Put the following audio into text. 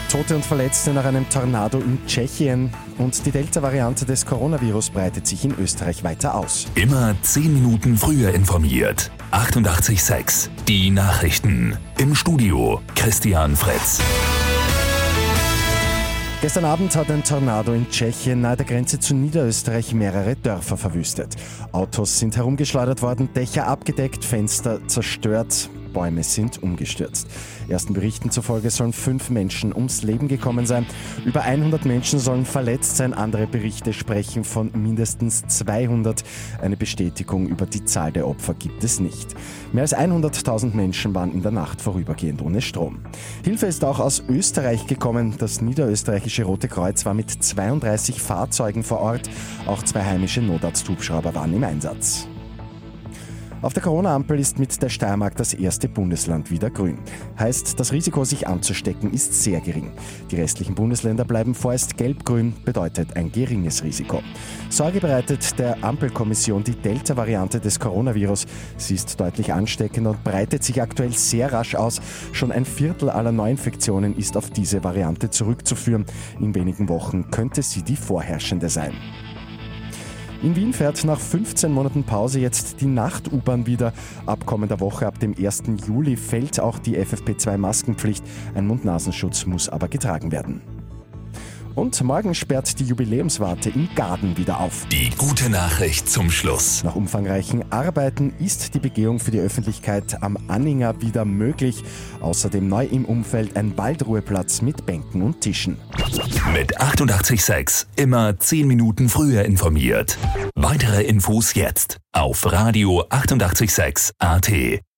Tote und Verletzte nach einem Tornado in Tschechien und die Delta-Variante des Coronavirus breitet sich in Österreich weiter aus. Immer 10 Minuten früher informiert. 88,6. Die Nachrichten. Im Studio Christian Fritz. Gestern Abend hat ein Tornado in Tschechien nahe der Grenze zu Niederösterreich mehrere Dörfer verwüstet. Autos sind herumgeschleudert worden, Dächer abgedeckt, Fenster zerstört. Bäume sind umgestürzt. Ersten Berichten zufolge sollen 5 Menschen ums Leben gekommen sein. Über 100 Menschen sollen verletzt sein. Andere Berichte sprechen von mindestens 200. Eine Bestätigung über die Zahl der Opfer gibt es nicht. Mehr als 100.000 Menschen waren in der Nacht vorübergehend ohne Strom. Hilfe ist auch aus Österreich gekommen. Das niederösterreichische Rote Kreuz war mit 32 Fahrzeugen vor Ort. Auch 2 heimische Notarzthubschrauber waren im Einsatz. Auf der Corona-Ampel ist mit der Steiermark das erste Bundesland wieder grün. Heißt, das Risiko, sich anzustecken, ist sehr gering. Die restlichen Bundesländer bleiben vorerst gelb-grün, bedeutet ein geringes Risiko. Sorge bereitet der Ampelkommission die Delta-Variante des Coronavirus. Sie ist deutlich ansteckender und breitet sich aktuell sehr rasch aus. Schon ein Viertel aller Neuinfektionen ist auf diese Variante zurückzuführen. In wenigen Wochen könnte sie die vorherrschende sein. In Wien fährt nach 15 Monaten Pause jetzt die Nacht-U-Bahn wieder. Ab kommender Woche, ab dem 1. Juli, fällt auch die FFP2-Maskenpflicht. Ein Mund-Nasenschutz muss aber getragen werden. Und morgen sperrt die Jubiläumswarte in Gaden wieder auf. Die gute Nachricht zum Schluss. Nach umfangreichen Arbeiten ist die Begehung für die Öffentlichkeit am Anninger wieder möglich. Außerdem neu im Umfeld ein Waldruheplatz mit Bänken und Tischen. Mit 88,6 immer 10 Minuten früher informiert. Weitere Infos jetzt auf Radio 88,6 AT.